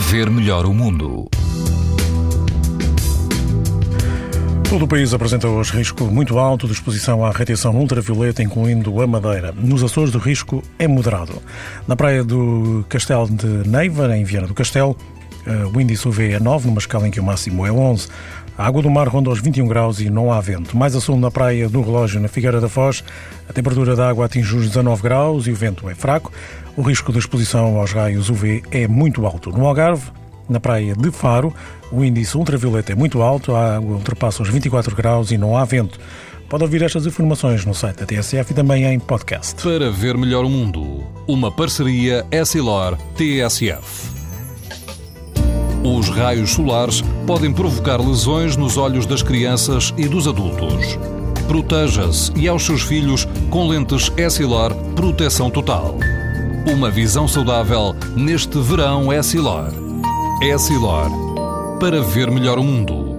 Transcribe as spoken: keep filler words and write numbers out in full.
ver melhor o mundo. Todo o país apresenta hoje risco muito alto de exposição à radiação ultravioleta, incluindo a Madeira. Nos Açores, o risco é moderado. Na praia do Castelo de Neiva, em Viana do Castelo, o índice U V é nove, numa escala em que o máximo é onze. A água do mar ronda aos vinte e um graus e não há vento. Mais a sul, na praia do Relógio, na Figueira da Foz, a temperatura da água atinge os dezanove graus e o vento é fraco. O risco de exposição aos raios U V é muito alto. No Algarve, na praia de Faro, o índice ultravioleta é muito alto, a água ultrapassa os vinte e quatro graus e não há vento. Pode ouvir estas informações no site da T S F e também em podcast. Para ver melhor o mundo, uma parceria Essilor-T S F. Os raios solares podem provocar lesões nos olhos das crianças e dos adultos. Proteja-se e aos seus filhos com lentes Essilor Proteção Total. Uma visão saudável neste verão Essilor. Essilor, para ver melhor o mundo.